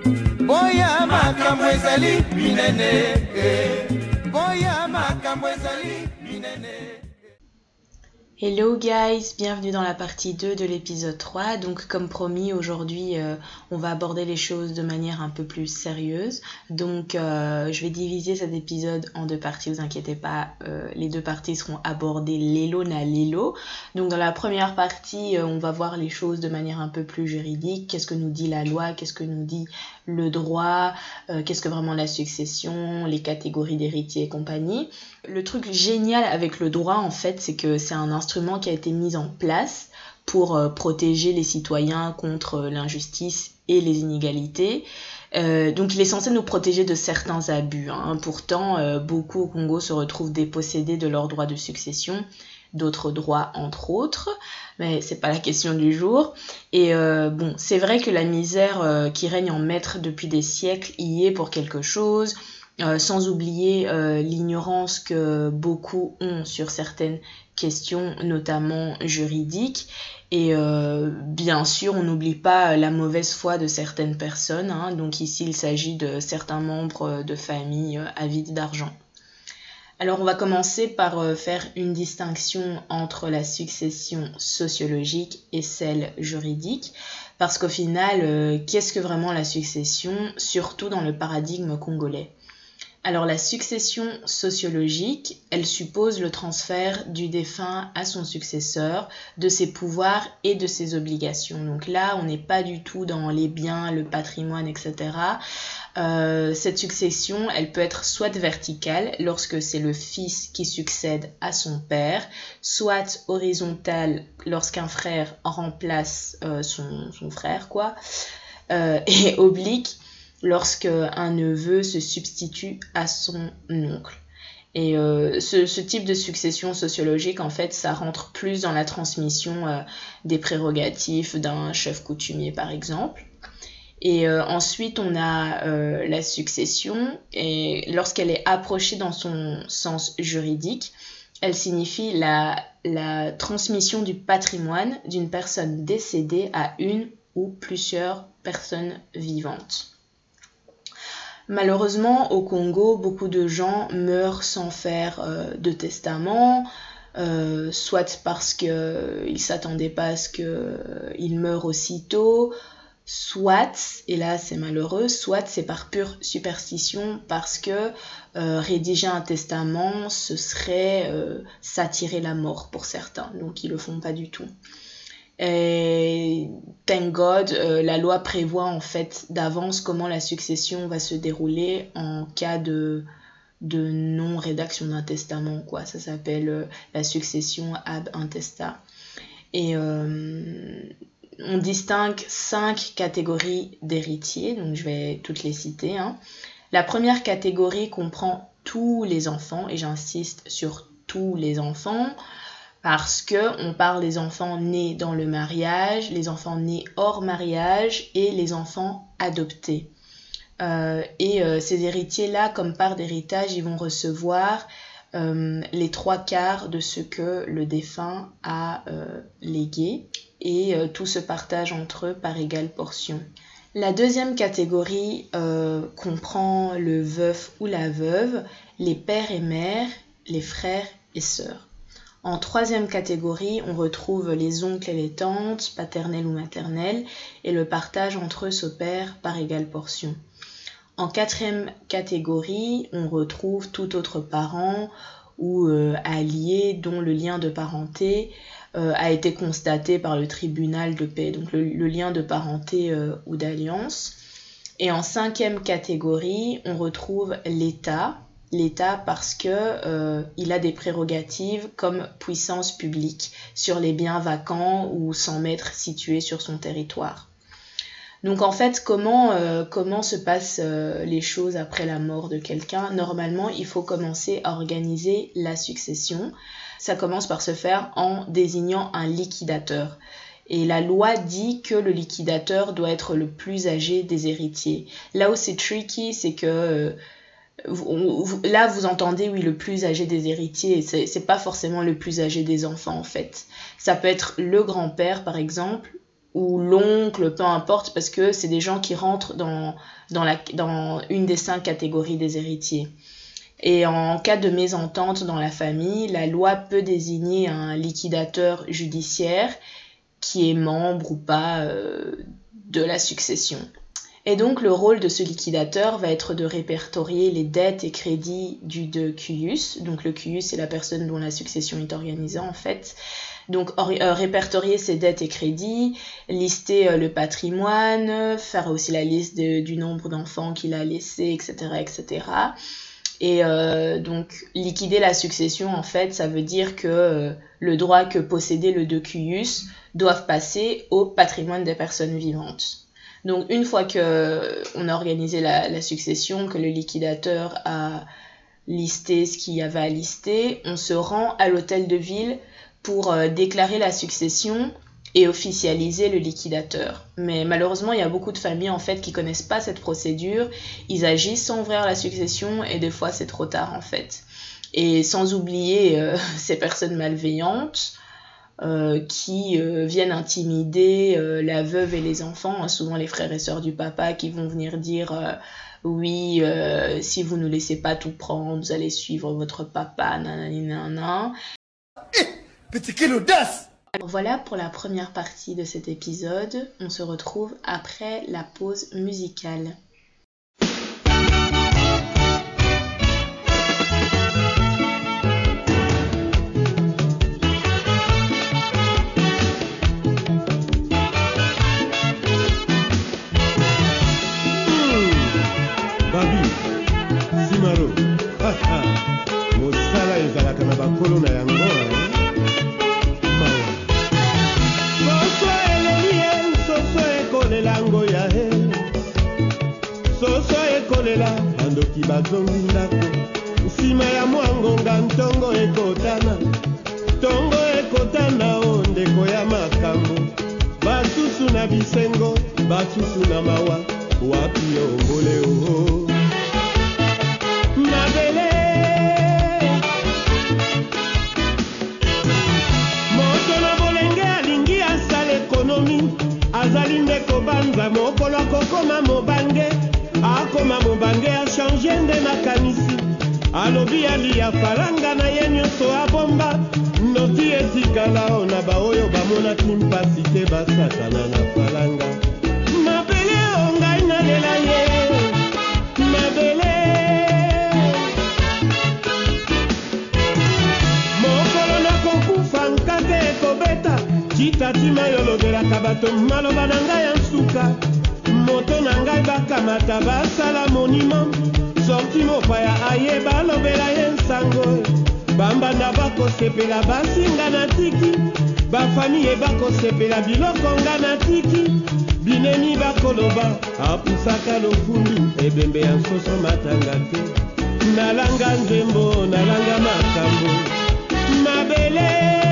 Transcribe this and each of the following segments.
Boya makambo ezali minene. Boya makambo ezali minene. Hello guys, bienvenue dans la partie 2 de l'épisode 3. Donc comme promis, aujourd'hui on va aborder les choses de manière un peu plus sérieuse. Donc je vais diviser cet épisode en deux parties, vous inquiétez pas, les deux parties seront abordées l'élo na l'élo. Donc dans la première partie, on va voir les choses de manière un peu plus juridique. Qu'est-ce que nous dit la loi, qu'est-ce que nous dit le droit, qu'est-ce que vraiment la succession, les catégories d'héritiers et compagnie. Le truc génial avec le droit en fait, c'est que c'est un instrument qui a été mis en place pour protéger les citoyens contre l'injustice et les inégalités. Donc il est censé nous protéger de certains abus. Pourtant, beaucoup au Congo se retrouvent dépossédés de leurs droits de succession, d'autres droits entre autres, mais c'est pas la question du jour. Et c'est vrai que la misère qui règne en maître depuis des siècles y est pour quelque chose. Sans oublier l'ignorance que beaucoup ont sur certaines questions, notamment juridiques. Et bien sûr, on n'oublie pas la mauvaise foi de certaines personnes. Donc ici, il s'agit de certains membres de famille avides d'argent. Alors, on va commencer par faire une distinction entre la succession sociologique et celle juridique. Parce qu'au final, qu'est-ce que vraiment la succession, surtout dans le paradigme congolais ? Alors la succession sociologique, elle suppose le transfert du défunt à son successeur, de ses pouvoirs et de ses obligations. Donc là, on n'est pas du tout dans les biens, le patrimoine, etc. Cette succession, elle peut être soit verticale, lorsque c'est le fils qui succède à son père, soit horizontale, lorsqu'un frère remplace son frère, et oblique, lorsque un neveu se substitue à son oncle. Et ce type de succession sociologique, en fait, ça rentre plus dans la transmission des prérogatives d'un chef coutumier, par exemple. Et ensuite, on a la succession, et lorsqu'elle est approchée dans son sens juridique, elle signifie la transmission du patrimoine d'une personne décédée à une ou plusieurs personnes vivantes. Malheureusement, au Congo, beaucoup de gens meurent sans faire de testament, soit parce qu'ils ne s'attendaient pas à ce qu'ils meurent aussitôt, soit, et là c'est malheureux, soit c'est par pure superstition parce que rédiger un testament, ce serait s'attirer la mort pour certains, donc ils ne le font pas du tout. Et thank God, la loi prévoit en fait d'avance comment la succession va se dérouler en cas de non-rédaction d'un testament, Ça s'appelle la succession ab intesta. Et on distingue 5 catégories d'héritiers, donc je vais toutes les citer. La première catégorie comprend tous les enfants, et j'insiste sur tous les enfants, parce qu'on parle des enfants nés dans le mariage, les enfants nés hors mariage et les enfants adoptés. Ces héritiers-là, comme part d'héritage, ils vont recevoir les 3/4 de ce que le défunt a légué et tout se partage entre eux par égale portion. La deuxième catégorie comprend le veuf ou la veuve, les pères et mères, les frères et sœurs. En troisième catégorie, on retrouve les oncles et les tantes, paternels ou maternels, et le partage entre eux s'opère par égale portion. En quatrième catégorie, on retrouve tout autre parent ou allié dont le lien de parenté a été constaté par le tribunal de paix, donc le lien de parenté ou d'alliance. Et en cinquième catégorie, on retrouve l'État parce que il a des prérogatives comme puissance publique sur les biens vacants ou sans maître situés sur son territoire. Donc en fait, comment se passent les choses après la mort de quelqu'un ? Normalement, il faut commencer à organiser la succession. Ça commence par se faire en désignant un liquidateur. Et la loi dit que le liquidateur doit être le plus âgé des héritiers. Là où c'est tricky, c'est que là vous entendez le plus âgé des héritiers, c'est pas forcément le plus âgé des enfants en fait. Ça peut être le grand-père par exemple, ou l'oncle, peu importe, parce que c'est des gens qui rentrent dans une des 5 catégories des héritiers. Et en cas de mésentente dans la famille, la loi peut désigner un liquidateur judiciaire qui est membre ou pas de la succession. Et donc le rôle de ce liquidateur va être de répertorier les dettes et crédits du de cuius. Donc le cuius, c'est la personne dont la succession est organisée en fait. Donc répertorier ses dettes et crédits, lister le patrimoine, faire aussi la liste du nombre d'enfants qu'il a laissé, etc. etc. Et donc liquider la succession en fait, ça veut dire que le droit que possédait le de cuius doivent passer au patrimoine des personnes vivantes. Donc une fois qu'on a organisé la succession, que le liquidateur a listé ce qu'il y avait à lister, on se rend à l'hôtel de ville pour déclarer la succession et officialiser le liquidateur. Mais malheureusement, il y a beaucoup de familles en fait qui connaissent pas cette procédure, ils agissent sans ouvrir la succession et des fois c'est trop tard en fait. Et sans oublier ces personnes malveillantes qui viennent intimider la veuve et les enfants, hein, souvent les frères et sœurs du papa qui vont venir dire oui, si vous ne laissez pas tout prendre, vous allez suivre votre papa, nanani nanana. Petit quelle audace! Alors voilà pour la première partie de cet épisode, on se retrouve après la pause musicale. mosala ezalaka na bakolo na yango soso eleli ye soso ekolela ngoya he soso ekolela bandoki bazongi ndako nsima ya mwangonga ntongo ekotana o ndeko ya makambo basusu na bisengo basusu na mawa wapi ombole oho mabele moto na bolenge alingi asala ekonomi azali nde kobanza mokolo akokoma mobange achange nde makanisi alobi alia faranga na ye nyonso abomba noti etikala o na baoyo bamonaki mpasi te basakana na faranga mabele o ngai nalela ye mabele citatima yologelaka bato maloba na ngai ya nsuka moto na ngai bakamata basala monima sorti mopaya aye balobela ye nsango bambanda bakosepela basinga na tiki bafamiye bakosepela biloko nga na tiki bineni bakoloba apusaka lofundu ebembe ya nsoso matanga te nalanga nzembo nalanga makambo mabele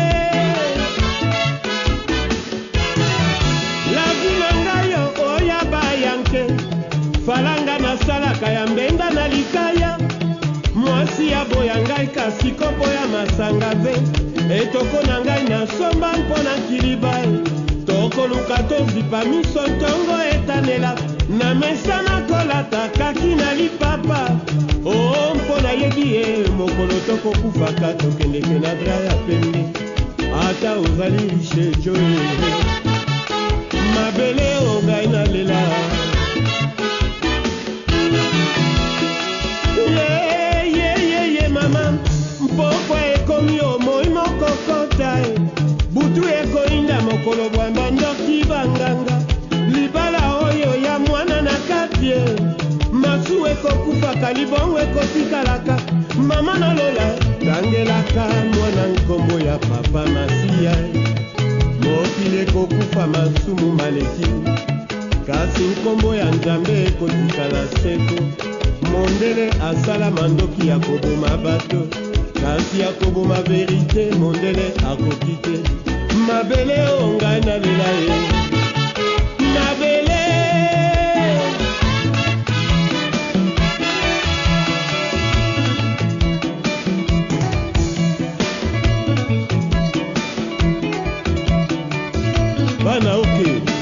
falanga nasalaka ya mbenga na likaya mwasi ya boya ngai kasi kopo ya masanga ve etoko na ngai nasomba mpo na kiliba tokoluka tozipa miso ntongo etanela na mesa nakolata kaki na lipapa o mpo nayebi ye mokolo tokokufaka tokendeke na dra ya pembe ata ozali riche joe mabele o ngai nalela mpoko ekomi omoi mokokota butu ekoinda mokolo bwamba ndoki banganga libala oyo ya mwana na kati masu ekokufaka libongo ekotikalaka mama nalola tangelaka mwana nkombo ya papa masiya mokili ekokufa masumu maleki kasi nkombo ya nzambe ekotikala seko mondele asala mandoki ya koboma bato kasi ya koboma verite mondele akoki te mabele o ngai nalela ye mabele bana oke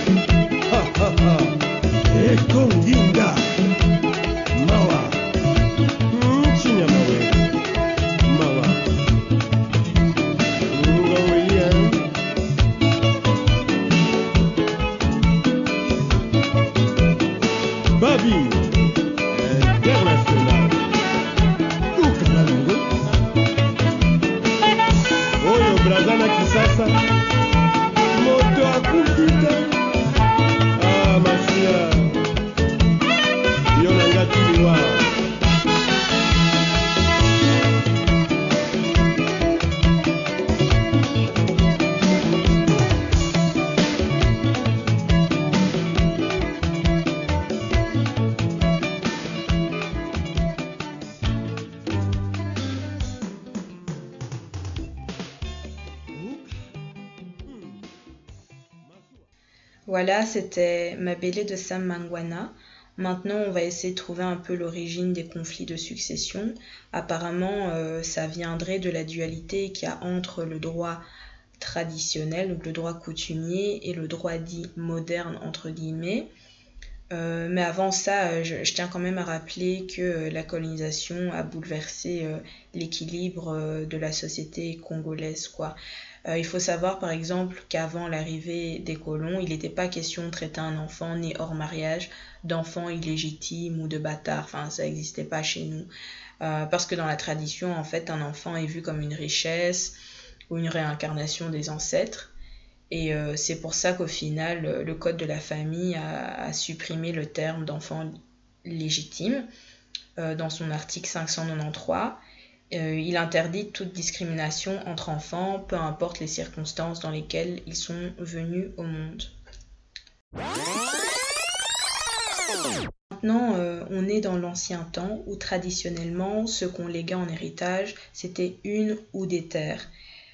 Babi international oyo braza na kisasa moto akufita masia yo nanga tiliwa. Voilà, c'était Mabele de Sam Mangwana. Maintenant, on va essayer de trouver un peu l'origine des conflits de succession. Apparemment, ça viendrait de la dualité qu'il y a entre le droit traditionnel, donc le droit coutumier, et le droit dit moderne, entre guillemets. Mais avant ça, je tiens quand même à rappeler que la colonisation a bouleversé l'équilibre de la société congolaise, quoi. Il faut savoir par exemple qu'avant l'arrivée des colons, il n'était pas question de traiter un enfant né hors mariage d'enfant illégitime ou de bâtard, enfin ça n'existait pas chez nous. Parce que dans la tradition, en fait, un enfant est vu comme une richesse ou une réincarnation des ancêtres. Et c'est pour ça qu'au final, le Code de la famille a supprimé le terme d'enfant légitime dans son article 593. Il interdit toute discrimination entre enfants, peu importe les circonstances dans lesquelles ils sont venus au monde. Maintenant, on est dans l'ancien temps où traditionnellement, ce qu'on léguait en héritage, c'était une ou des terres.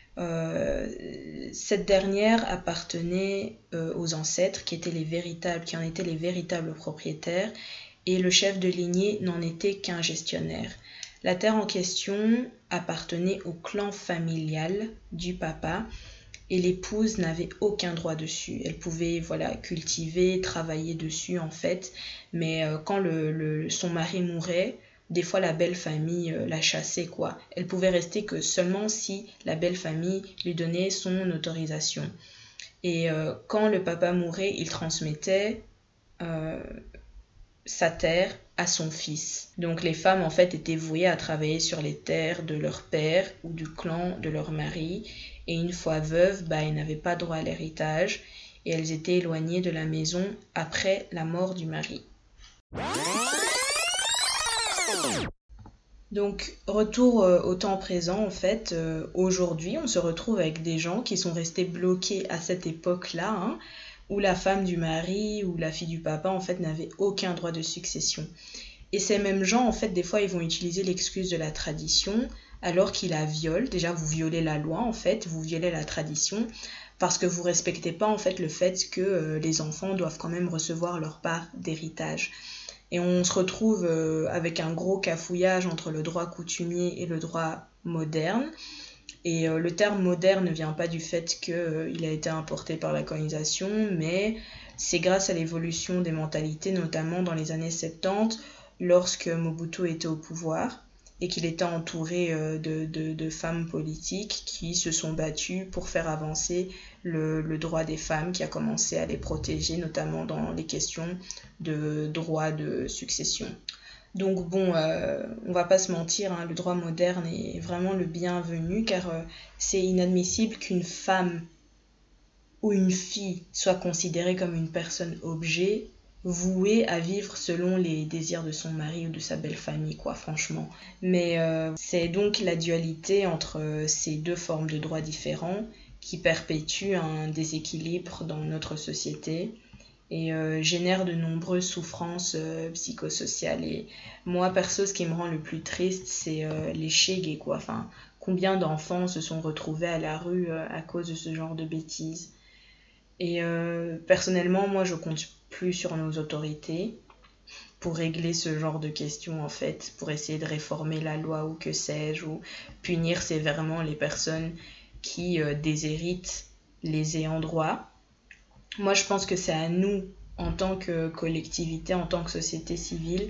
Cette dernière appartenait aux ancêtres qui en étaient les véritables propriétaires, et le chef de lignée n'en était qu'un gestionnaire. La terre en question appartenait au clan familial du papa et l'épouse n'avait aucun droit dessus. Elle pouvait cultiver, travailler dessus en fait, mais quand son mari mourait, des fois la belle famille la chassait, quoi. Elle pouvait rester que seulement si la belle famille lui donnait son autorisation. Et quand le papa mourait, il transmettait sa terre à son fils. Donc les femmes en fait étaient vouées à travailler sur les terres de leur père ou du clan de leur mari, et une fois veuves, elles n'avaient pas droit à l'héritage et elles étaient éloignées de la maison après la mort du mari. Donc retour au temps présent, en fait, aujourd'hui on se retrouve avec des gens qui sont restés bloqués à cette époque-là, où la femme du mari ou la fille du papa en fait n'avait aucun droit de succession. Et ces mêmes gens en fait des fois ils vont utiliser l'excuse de la tradition alors qu'ils la violent. Déjà vous violez la loi en fait, vous violez la tradition parce que vous respectez pas en fait le fait que les enfants doivent quand même recevoir leur part d'héritage. Et on se retrouve avec un gros cafouillage entre le droit coutumier et le droit moderne. Et le terme moderne ne vient pas du fait qu'il a été importé par la colonisation, mais c'est grâce à l'évolution des mentalités, notamment dans les années 70, lorsque Mobutu était au pouvoir et qu'il était entouré de femmes politiques qui se sont battues pour faire avancer le droit des femmes, qui a commencé à les protéger, notamment dans les questions de droit de succession. Donc bon, on va pas se mentir, le droit moderne est vraiment le bienvenu, car c'est inadmissible qu'une femme ou une fille soit considérée comme une personne objet, vouée à vivre selon les désirs de son mari ou de sa belle famille, quoi, franchement. Mais c'est donc la dualité entre ces deux formes de droits différents qui perpétue un déséquilibre dans notre société et génère de nombreuses souffrances psychosociales. Et moi, perso, ce qui me rend le plus triste, c'est les shege, quoi. Enfin, combien d'enfants se sont retrouvés à la rue à cause de ce genre de bêtises. Et personnellement, moi, je compte plus sur nos autorités pour régler ce genre de questions, en fait, pour essayer de réformer la loi ou que sais-je, ou punir sévèrement les personnes qui déshéritent les ayants droit. Moi, je pense que c'est à nous, en tant que collectivité, en tant que société civile,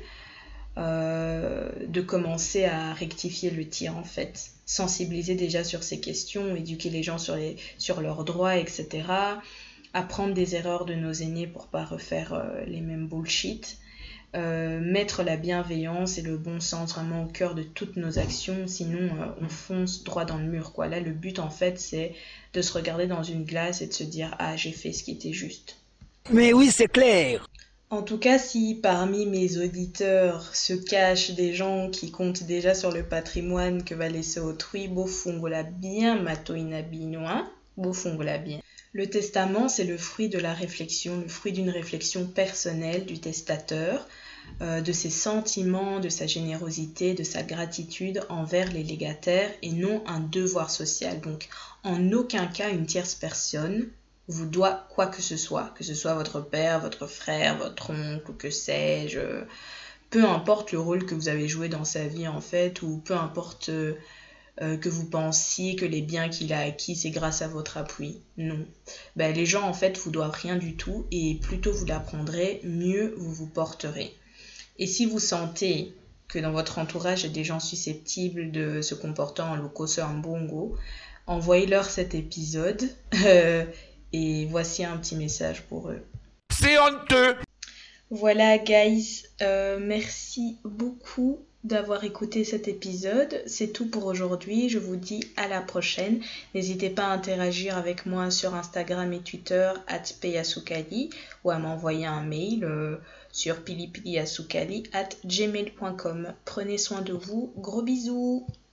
de commencer à rectifier le tir, en fait. Sensibiliser déjà sur ces questions, éduquer les gens sur leurs droits, etc. Apprendre des erreurs de nos aînés pour pas refaire les mêmes bullshit. mettre la bienveillance et le bon sens vraiment au cœur de toutes nos actions, sinon on fonce droit dans le mur, quoi. Là, le but, en fait, c'est de se regarder dans une glace et de se dire « Ah, j'ai fait ce qui était juste ». Mais oui, c'est clair. En tout cas, si parmi mes auditeurs se cachent des gens qui comptent déjà sur le patrimoine que va laisser autrui, bofungola bien matoina binoin, bofungola bien. Le testament, c'est le fruit de la réflexion, le fruit d'une réflexion personnelle du testateur, de ses sentiments, de sa générosité, de sa gratitude envers les légataires et non un devoir social. Donc, en aucun cas, une tierce personne vous doit quoi que ce soit votre père, votre frère, votre oncle, ou que sais-je, peu importe le rôle que vous avez joué dans sa vie en fait, ou peu importe que vous pensiez que les biens qu'il a acquis, c'est grâce à votre appui. Non. Les gens, en fait, vous doivent rien du tout, et plus tôt vous l'apprendrez, mieux vous vous porterez. Et si vous sentez que dans votre entourage, il y a des gens susceptibles de se comporter en locoso en bongo, envoyez-leur cet épisode, et voici un petit message pour eux. C'est honteux. Voilà, guys, merci beaucoup d'avoir écouté cet épisode. C'est tout pour aujourd'hui. Je vous dis à la prochaine. N'hésitez pas à interagir avec moi sur Instagram et Twitter @payasukali ou à m'envoyer un mail sur pilipiliasukali@gmail.com. Prenez soin de vous. Gros bisous.